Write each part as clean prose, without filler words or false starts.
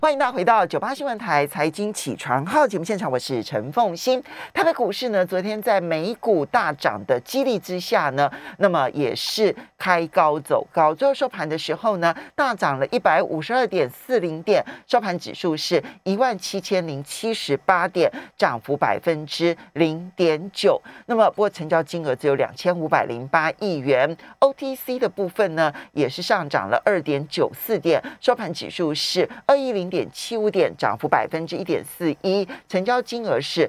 欢迎大家回到98新闻台财经起床号节目现场，我是陈凤馨。台北股市呢，昨天在美股大涨的激励之下呢，那么也是开高走高，最后收盘的时候呢，大涨了152.40点，收盘指数是17078点，涨幅0.9%。那么不过成交金额只有2508亿元 ，OTC 的部分呢，也是上涨了2.94点，收盘指数是210.75点，涨幅1.41%，成交金额是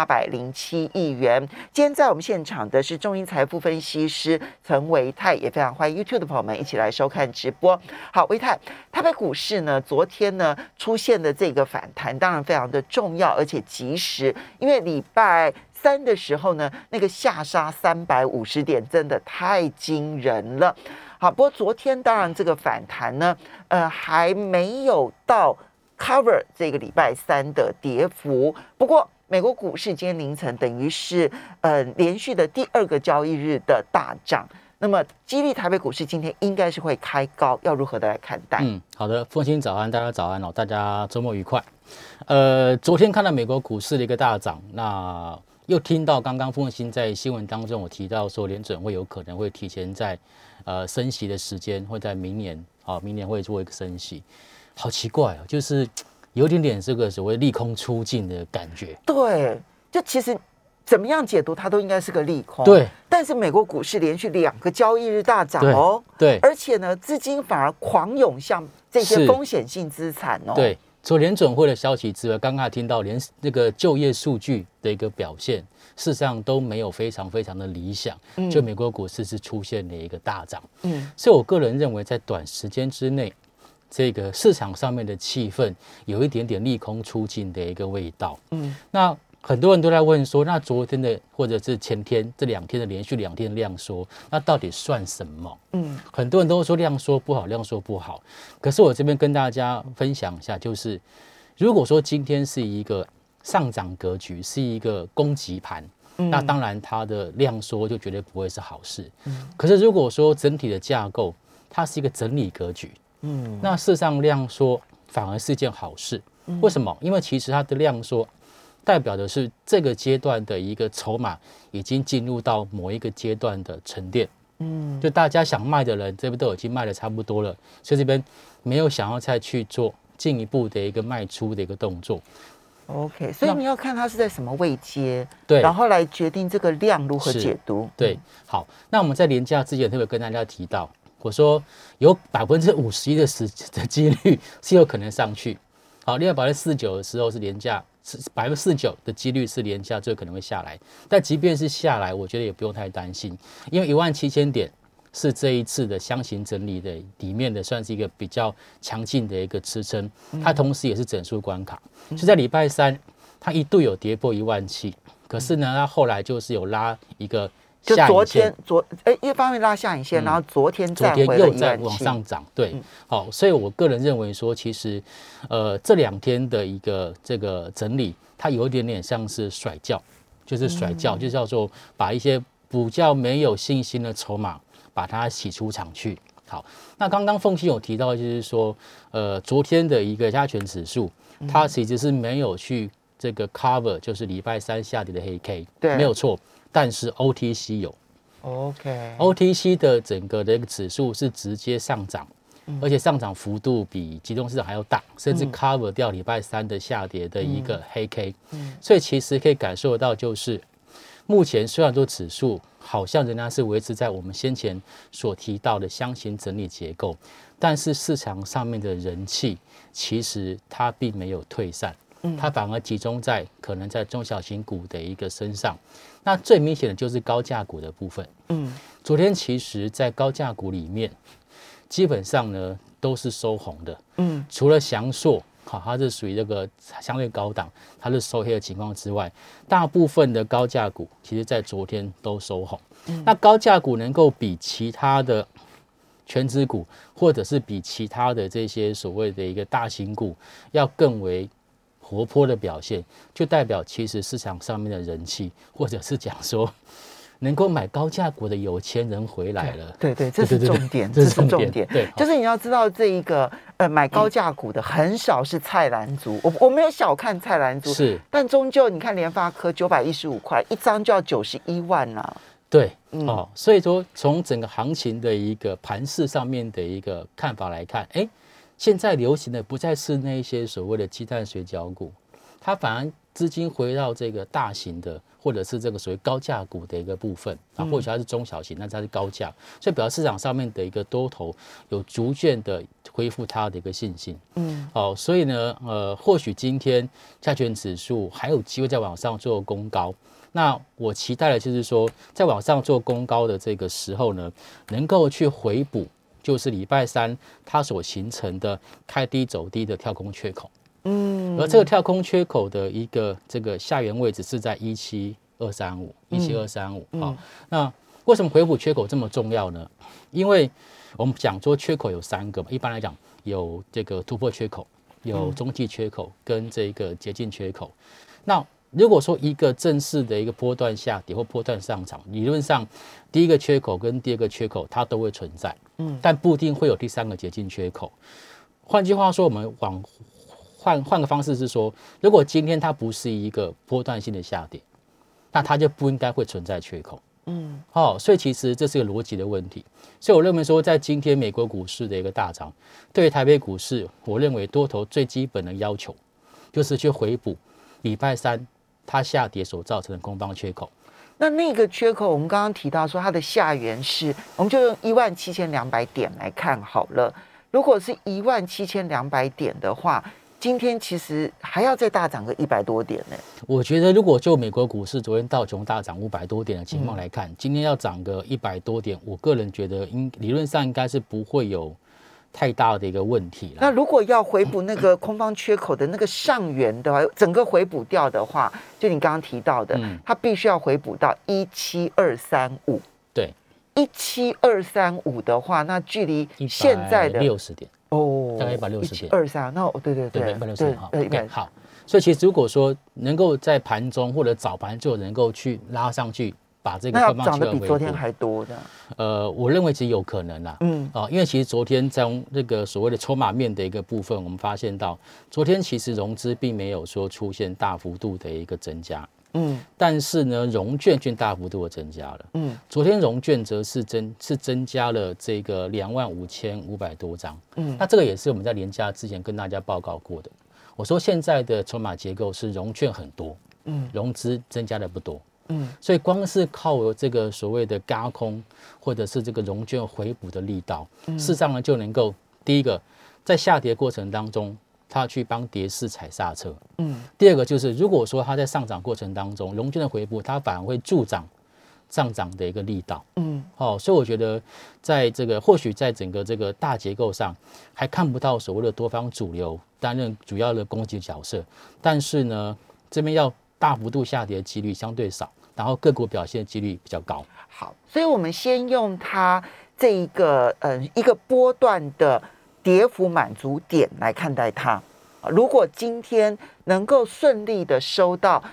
807亿元。今天在我们现场的是中银财富分析师陈维泰，也非常欢迎 YouTube 的朋友们一起来收看直播。好，维泰，台北股市呢，昨天呢出现的这个反弹，当然非常的重要，而且及时，因为礼拜3的时候呢，那个下杀350点真的太惊人了。好，不过昨天当然这个反弹呢，还没有到 cover 这个礼拜3的跌幅。不过美国股市今天凌晨等于是连续的第2个交易日的大涨，那么激励台北股市今天应该是会开高，要如何的来看待？ 好的，凤馨早安，大家早安哦，大家周末愉快。昨天看到美国股市的一个大涨，那又听到刚刚凤馨在新闻当中我提到说，联准会有可能会提前在升息的时间会在明年会做一个升息，好奇怪哦，就是有点这个所谓利空出尽的感觉。 对，就其实怎么样解读它都应该是个利空。 对， 但是美国股市连续2个交易日大涨哦， 对， 而且呢，资金反而狂涌向这些风险性资产哦。 对，除了联准会的消息之外，刚刚听到连那个就业数据的一个表现，事实上都没有非常的理想，就美国股市是出现了一个大涨。所以我个人认为，在短时间之内，这个市场上面的气氛有一点点利空出尽的一个味道。那很多人都在问说，那昨天的或者是前天这2天的连续2天的量缩，那到底算什么？很多人都说量缩不好，量缩不好。可是我这边跟大家分享一下，就是如果说今天是一个上涨格局，是一个攻击盘，那当然它的量缩就绝对不会是好事。可是如果说整体的架构它是一个整理格局，那事实上量缩反而是一件好事。为什么？因为其实它的量缩代表的是这个阶段的一个筹码已经进入到某一个阶段的沉淀。就大家想卖的人这边都已经卖的差不多了，所以这边没有想要再去做进一步的一个卖出的一个动作。 OK， 所以你要看它是在什么位阶， 对， 然后来决定这个量如何解读。 对，好，那我们在连假之前特别跟大家提到，我说有51%的几率是有可能上去。好，另外49%的时候是连假，49%的几率是连假最可能会下来。但即便是下来，我觉得也不用太担心，因为17000点是这一次的箱型整理的里面的算是一个比较强劲的一个支撑，它同时也是整数关卡。就在礼拜3，它一度有跌破17000，可是呢，它后来就是有拉一个下影线， 就一方面拉下影线，然后昨天又再往上涨，对，好，所以我个人认为说，其实这2天的一个这个整理，它有一点点像是甩轿，就是就叫做把一些比较没有信心的筹码把它洗出场去。好，那刚刚凤馨有提到，就是说，昨天的一个加权指数，它其实是没有去这个 cover， 就是礼拜3下跌的黑 K， 对，没有错。但是 OTC 有 ，OTC 的整个的一个指数是直接上涨，而且上涨幅度比集中市场还要大，甚至 cover 掉礼拜3的下跌的一个黑 K，所以其实可以感受到，就是目前虽然说指数好像仍然是维持在我们先前所提到的箱型整理结构，但是市场上面的人气其实它并没有退散。它反而集中在可能在中小型股的一个身上，那最明显的就是高价股的部分。昨天其实在高价股里面，基本上呢都是收红的。除了祥硕，它是属于这个相对高档，它是收黑的情况之外，大部分的高价股其实在昨天都收红。那高价股能够比其他的全指股，或者是比其他的这些所谓的一个大型股要更为活泼的表现，就代表其实市场上面的人气，或者是讲说能够买高价股的有钱人回来了。 对，这是重点，这是重点。 对， 就是你要知道这一个买高价股的很少是菜篮族，我没有小看菜篮族， 是， 但终究你看联发科915块一张就要91万啊。 对，所以说从整个行情的一个盘势上面的一个看法来看，现在流行的不再是那些所谓的鸡蛋水饺股，它反而资金回到这个大型的或者是这个所谓高价股的一个部分啊，或许它是中小型，但是它是高价，所以表示市场上面的一个多头有逐渐的恢复它的一个信心。所以呢，或许今天加权指数还有机会再往上做攻高。那我期待的就是说，在往上做攻高的这个时候呢，能够去回补，就是礼拜三它所形成的开低走低的跳空缺口。而这个跳空缺口的一个这个下缘位置是在17235，17235。那为什么回补缺口这么重要呢？因为我们讲说缺口有3个嘛，一般来讲有这个突破缺口，有中继缺口跟这个接近缺口。那如果说一个正式的一个波段下跌或波段上涨，理论上第一个缺口跟第二个缺口它都会存在，但不一定会有第3个接近缺口。换句话说，我们换个方式是说，如果今天它不是一个波段性的下跌，那它就不应该会存在缺口。所以其实这是个逻辑的问题。所以我认为说，在今天美国股市的一个大涨，对于台北股市，我认为多头最基本的要求就是去回补礼拜三它下跌所造成的空方缺口。 那个缺口，我们刚刚提到说它的下缘是，我们就用17200点来看好了。如果是17200点的话，今天其实还要再大涨个100多点呢。 我觉得，如果就美国股市昨天道琼大涨500多点的情况来看，今天要涨个100多点，我个人觉得理论上应该是不会有太大的一个问题了。 那如果要回补那个空方缺口的那个上缘的话，整个回补掉的话，就你刚刚提到的，它必须要回补到17235。 对 ，17235的话，那距离现在的 160点大概160点 ，173。那对 160点好。所以其实如果说能够在盘中或者早盘就能够去拉上去，把这个那要涨得比昨天还多的。 我认为其实有可能啦。因为其实昨天在这个所谓的筹码面的一个部分，我们发现到昨天其实融资并没有说出现大幅度的一个增加。但是呢，融券却大幅度的增加了。昨天融券则是增加了这个25500多张。那这个也是我们在连假之前跟大家报告过的。我说现在的筹码结构是融券很多，融资增加的不多。所以光是靠这个所谓的軋空或者是这个融券回补的力道，事实上呢就能够第一个在下跌过程当中，它去帮跌势踩刹车。第二个就是如果说它在上涨过程当中，融券的回补，它反而会助长上涨的一个力道。所以我觉得在这个或许在整个这个大结构上还看不到所谓的多方主流担任主要的攻击角色，但是呢，这边要大幅度下跌的几率相对少，然后个股表现的几率比较高。 好，所以我们先用它这一个一个波段的跌幅满足点来看待它。如果今天能够顺利的收到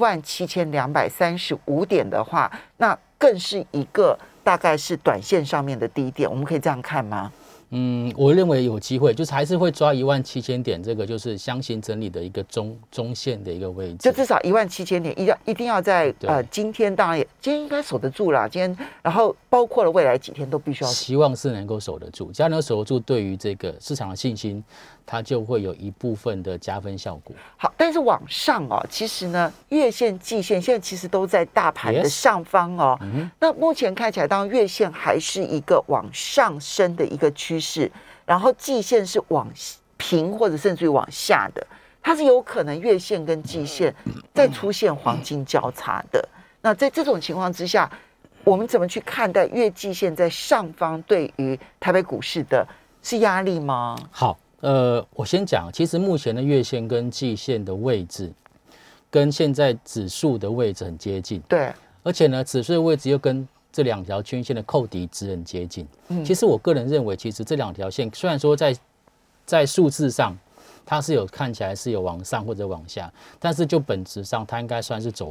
17235点的话，那更是一个大概是短线上面的低点，我们可以这样看吗？ 我认为有机会，就是还是会抓17000点，这个就是箱型整理的一个中线的一个位置， 就至少17000点，一定要在今天，当然今天应该守得住啦。今天，然后包括了未来几天都必须要， 希望是能够守得住。只要能守得住，对于这个市场的信心，它就会有一部分的加分效果。 好，但是往上其实呢，月线、季线现在其实都在大盘的上方那目前看起来，当然月线还是一个往上升的一个趋势，然后季线是往平或者甚至于往下的，它是有可能月线跟季线再出现黄金交叉的。那在这种情况之下，我们怎么去看待月季线在上方对于台北股市的是压力吗？ 好。我先讲，其实目前的月线跟季线的位置，跟现在指数的位置很接近。 对， 而且呢，指数的位置又跟这2条均线的扣底值很接近。其实我个人认为，其实这2条线虽然说在数字上它是有看起来是有往上或者往下，但是就本质上它应该算是走平。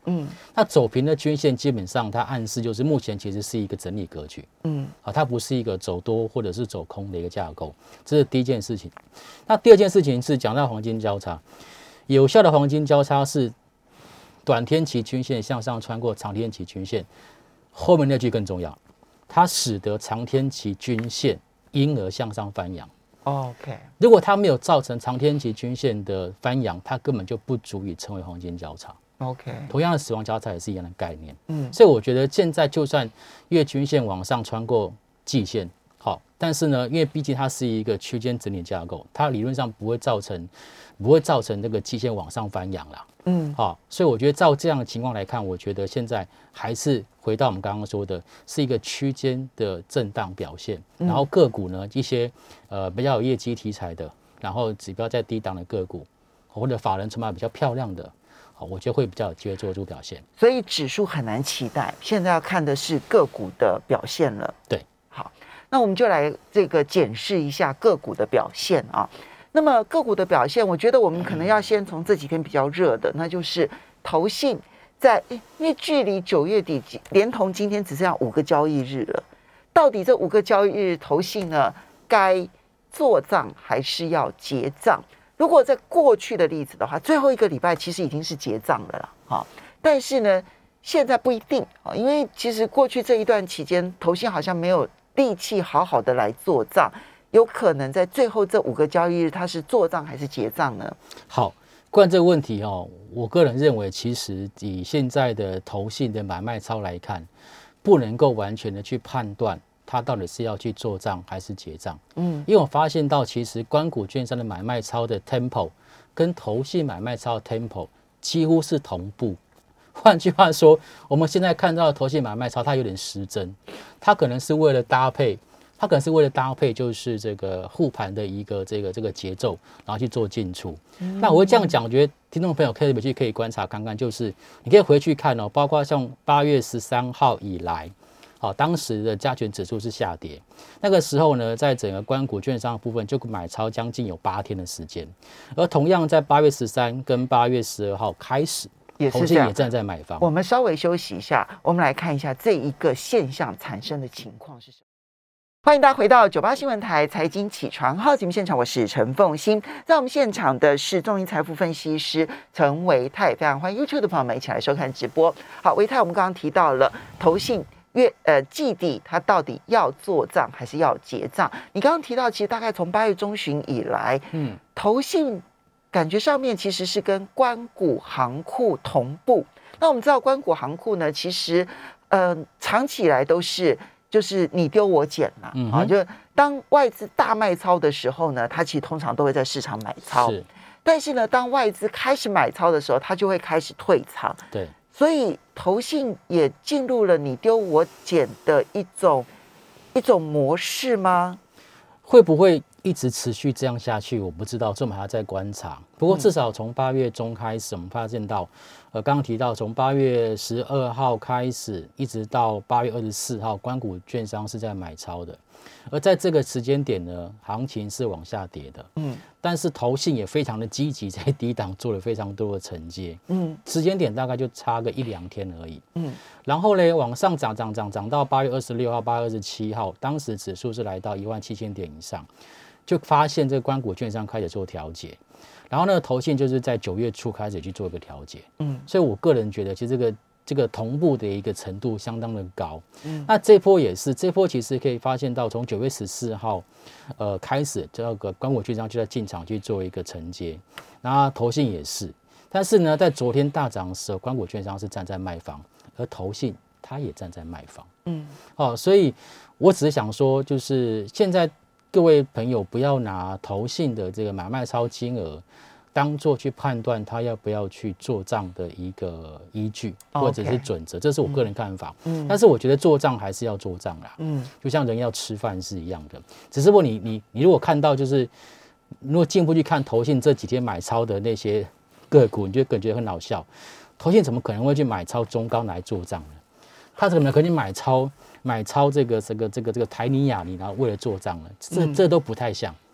那走平的均线基本上它暗示就是目前其实是一个整理格局，它不是一个走多或者是走空的一个架构，这是第一件事情。那第二件事情是讲到黄金交叉，有效的黄金交叉是短天期均线向上穿过长天期均线，后面那句更重要，它使得长天期均线因而向上翻扬。 OK， 如果它没有造成长天期均线的翻扬，它根本就不足以成为黄金交叉。 OK， 同样的死亡交叉也是一样的概念。所以我觉得现在就算月均线往上穿过季线，好，但是呢，因为毕竟它是一个区间整理架构，它理论上不会造成那个季线往上翻扬啦。好，所以我觉得照这样的情况来看，我觉得现在还是回到我们刚刚说的，是一个区间的震荡表现。然后个股呢，一些比较有业绩题材的，然后指标在低档的个股，或者法人筹码比较漂亮的，好，我觉得会比较有机会做出表现。 所以指数很难期待，现在要看的是个股的表现了。 对， 好，那我们就来这个检视一下个股的表现啊。那么个股的表现，我觉得我们可能要先从这几天比较热的，那就是投信在，因为距离9月底连同今天只剩下5个交易日了，到底这5个交易日投信呢该做账还是要结账？如果在过去的例子的话，最后一个礼拜其实已经是结账了啦，好，但是呢现在不一定啊，因为其实过去这一段期间，投信好像没有力气好好的来做账。有可能在最后这5个交易日，它是做账还是结账呢？ 好，关于这个问题我个人认为，其实以现在的投信的买卖超来看，不能够完全的去判断它到底是要去做账还是结账。因为我发现到，其实官股券商的买卖超的 tempo 跟投信买卖超的 tempo 几乎是同步。换句话说，我们现在看到的投信买卖超，它有点失真，它可能是为了搭配。它可能是为了搭配，就是这个护盘的一个这个节奏，然后去做进出。那我会这样讲，我觉得听众朋友可以观察看看，就是你可以回去看包括像8月13号以来，当时的加权指数是下跌，那个时候呢，在整个官股券商的部分就买超将近有8天的时间，而同样在8月13跟8月12号开始，投信也站在买方。 我们稍微休息一下，我们来看一下这一个现象产生的情况是什么。欢迎大家回到98新闻台财经起床号节目现场，我是陈凤馨。在我们现场的是众盈财富分析师陈维泰，非常欢迎 YouTube 的朋友们一起来收看直播。好，维泰，我们刚刚提到了投信季底它到底要做账还是要结账？你刚刚提到，其实大概从8月中旬以来，投信感觉上面其实是跟官股行库同步。那我们知道官股行库呢，其实长期以来都是。就是你丢我捡嘛，就当外资大卖超的时候呢，它其实通常都会在市场买超，但是呢，当外资开始买超的时候，它就会开始退场。 对， 所以投信也进入了你丢我捡的一种模式吗？ 会不会一直持续这样下去？我不知道，这我们还要再观察。不过至少从8月中开始，我们发现到，刚刚提到从8月12号开始，一直到8月24号，官股券商是在买超的。而在这个时间点呢，行情是往下跌的。但是投信也非常的积极，在低档做了非常多的承接。时间点大概就差个1-2天而已。然后呢，往上涨到8月26号、8月27号，当时指数是来到17000点以上，就发现这个官股券商开始做调节。然后呢，投信就是在9月初开始去做一个调节。所以我个人觉得，其实这个同步的一个程度相当的高。那这波也是，这波其实可以发现到，从9月14号开始，这个官股券商就在进场去做一个承接，那投信也是。但是呢，在昨天大涨的时候，官股券商是站在卖方，而投信它也站在卖方。所以我只是想说，就是现在各位朋友不要拿投信的这个买卖超金额当做去判断他要不要去做账的一个依据或者是准则，这是我个人看法。但是我觉得做账还是要做账啦，就像人要吃饭是一样的。只是不过你如果看到，就是如果进一步去看投信这几天买超的那些个股，你就感觉很好笑。投信怎么可能会去买超中高来做账呢？他怎么可能买超这个台泥亚泥，然后为了做账呢？这都不太像。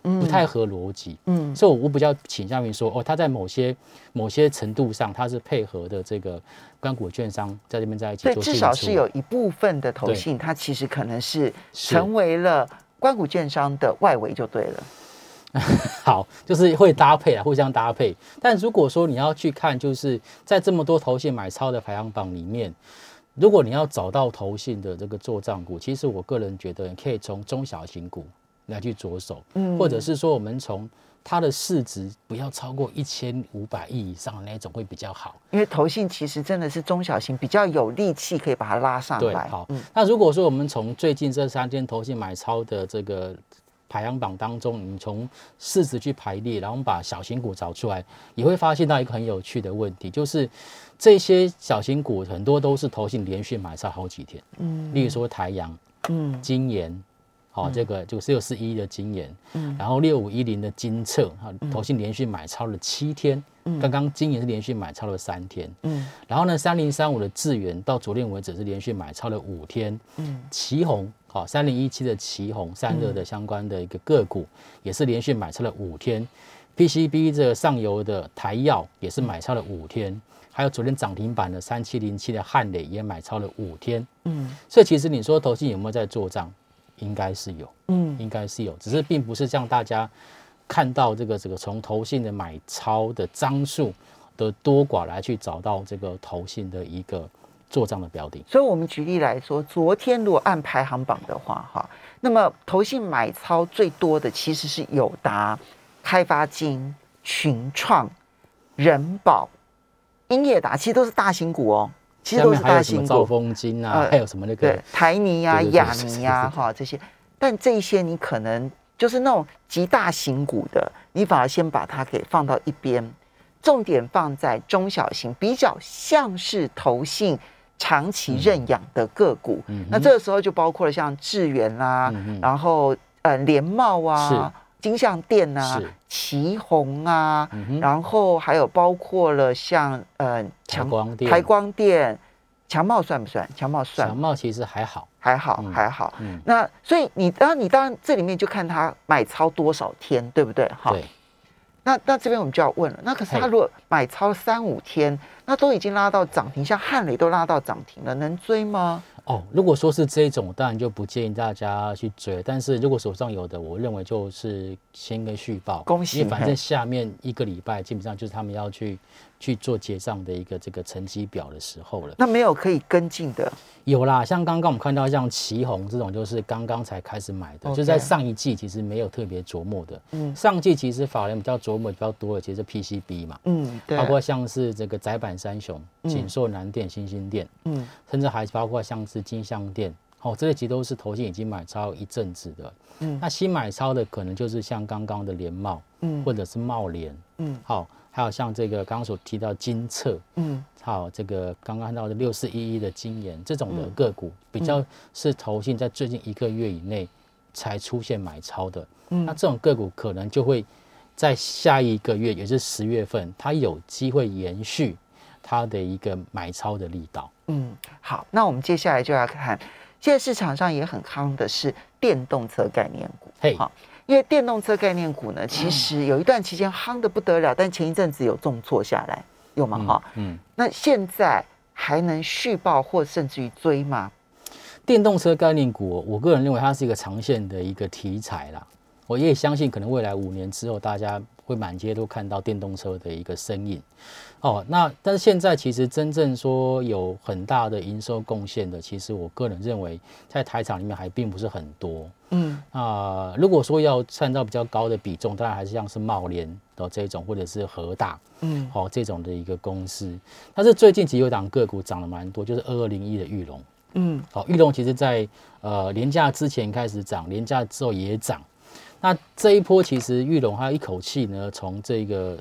不太合逻辑。所以我比较倾向于说，它在某些程度上，它是配合的这个官股券商在这边在一起做进出。 至少是有一部分的投信，它其实可能是成为了官股券商的外围就对了。 好，就是会搭配啊，互相搭配。但如果说你要去看，就是在这么多投信买超的排行榜里面，如果你要找到投信的这个作账股，其实我个人觉得你可以从中小型股来去着手，或者是说我们从它的市值不要超过1500亿以上的那种会比较好。 因为投信其实真的是中小型比较有力气可以把它拉上来。 对，好，那如果说我们从最近这3天投信买超的这个排行榜当中，你从市值去排列，然后我们把小型股找出来，也会发现到一个很有趣的问题，就是这些小型股很多都是投信连续买超好几天，例如说台阳，金研，这个就是641的金研，然后6510的金策，投信连续买超了7天，刚刚金研是连续买超了3天，然后呢3035的智原到昨天为止是连续买超了5天，奇鋐3017的奇鋐散热的相关的一个个股也是连续买超了5天 ，PCB 这个上游的台药也是买超了5天，还有昨天涨停板的3707的汉磊也买超了5天，所以其实你说投信有没有在做账？应该是有，应该是有，只是并不是像大家看到这个从投信的买超的张数的多寡来去找到这个投信的一个做账的标的。 所以我们举例来说，昨天如果按排行榜的话，那么投信买超最多的其实是友达、开发金、群创、人保、英业达，其实都是大型股哦。其实都是大型股， 兆丰金啊，还有什么那个台泥啊、亚泥啊，这些。但这一些你可能就是那种极大型股的，你反而先把它给放到一边，重点放在中小型，比较像是投信长期认养的个股。那这个时候就包括了像智原啦，然后联茂啊。金像电啊，奇鋐啊，然后还有包括了像台光电，强茂算不算？强茂算， 强茂其实还好， 还好。那所以你当然这里面就看他买超多少天，对不对？ 对。 那这边我们就要问了，那可是他如果买超3-5天，那都已经拉到涨停，像汉磊都拉到涨停了，能追吗？ 如果说是这种，当然就不建议大家去追。但是如果手上有的，我认为就是先跟续报， 恭喜， 因为反正下面1个礼拜基本上就是他们要去做结账的一个这个成绩表的时候了。 那没有可以跟进的？ 有啦，像刚刚我们看到像奇鋐这种，就是刚刚才开始买的，就在上一季其实没有特别琢磨的。上季其实法人比较琢磨比较多的，其实是 PCB 嘛，对，包括像是这个载板三雄、锦硕、南电、新兴电，甚至还包括像是金像电，这类其实都是投信已经买超一阵子的。那新买超的可能就是像刚刚的联茂，或者是茂联，还有像这个刚刚所提到金策，好，这个刚刚看到的6411的金研这种的个股，比较是投信在最近1个月以内才出现买超的。那这种个股可能就会在下一个月，也就是10月份，它有机会延续它的一个买超的力道。 好，那我们接下来就要看，现在市场上也很夯的是电动车概念股。因为电动车概念股呢，其实有一段期间夯得不得了，但前一阵子有重挫下来，有吗？那现在还能续报或甚至于追吗？ 电动车概念股，我个人认为它是一个长线的一个题材啦。我也相信，可能未来5年之后，大家会满街都看到电动车的一个身影。那但是现在其实真正说有很大的营收贡献的，其实我个人认为在台厂里面还并不是很多。如果说要占到比较高的比重，当然还是像是茂联的这种，或者是和大，这种的一个公司。但是最近其实有档个股涨了蛮多，就是2201的裕隆。裕隆其实在连假之前开始涨，连假之后也涨。那这一波其实裕隆它一口气呢，从这个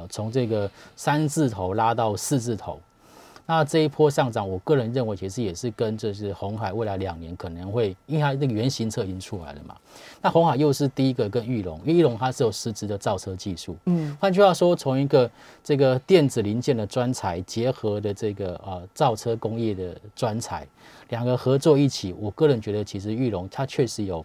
3字头拉到4字头。那这一波上涨，我个人认为其实也是跟就是鸿海未来2年可能会，因为它那个原型车已经出来了嘛。那鸿海又是第一个跟裕隆，因为裕隆它是有实质的造车技术。换句话说，从一个这个电子零件的专才结合的这个造车工业的专才，2个合作一起，我个人觉得其实裕隆它确实有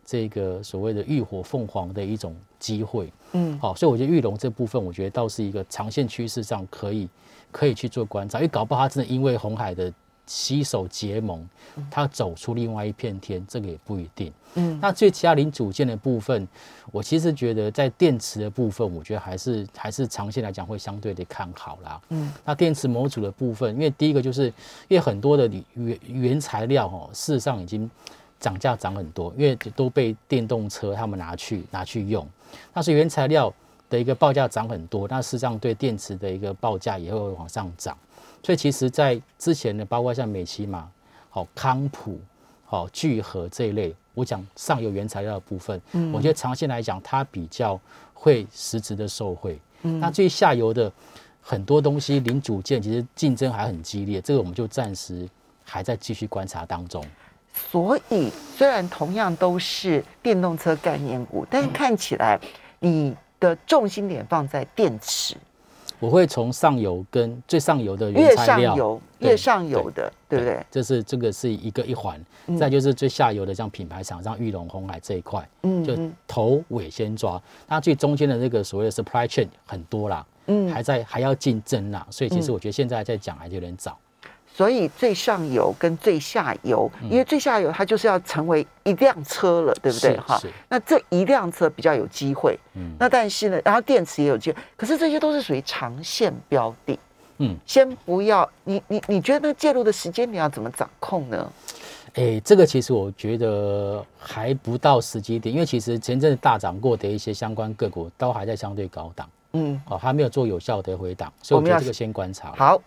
这个所谓的浴火凤凰的一种机会。好，所以我觉得裕隆这部分，我觉得倒是一个长线趋势上可以去做观察，因为搞不好它真的因为鸿海的携手结盟，它走出另外一片天，这个也不一定。那至于其他零组件的部分，我其实觉得在电池的部分，我觉得还是长线来讲会相对的看好啦。那电池模组的部分，因为第一个就是因为很多的原材料事实上已经涨价涨很多，因为都被电动车他们拿去用，那所以原材料的一个报价涨很多，那事实上对电池的一个报价也会往上涨。所以其实在之前呢，包括像美骑马、康普、聚合这一类，我讲上游原材料的部分，我觉得长线来讲它比较会实质的受惠。那至于下游的很多东西零组件，其实竞争还很激烈，这个我们就暂时还在继续观察当中。 所以虽然同样都是电动车概念股，但是看起来你的重心点放在电池。 我会从上游跟最上游的原材料， 越上游的，对不对？ 这个是一环，再就是最下游的像品牌厂商裕隆、鸿海这一块，就头尾先抓。那最中间的那个所谓的 supply chain 很多啦，还要竞争啦，所以其实我觉得现在在讲还有点早。 所以最上游跟最下游，因为最下游它就是要成为一辆车了，对不对？哈，那这一辆车比较有机会。那但是呢，然后电池也有机会，可是这些都是属于长线标的。先不要你觉得那介入的时间你要怎么掌控呢？ 这个其实我觉得还不到时机点，因为其实前阵子大涨过的一些相关个股都还在相对高档。还没有做有效的回档，所以我觉得这个先观察。 好，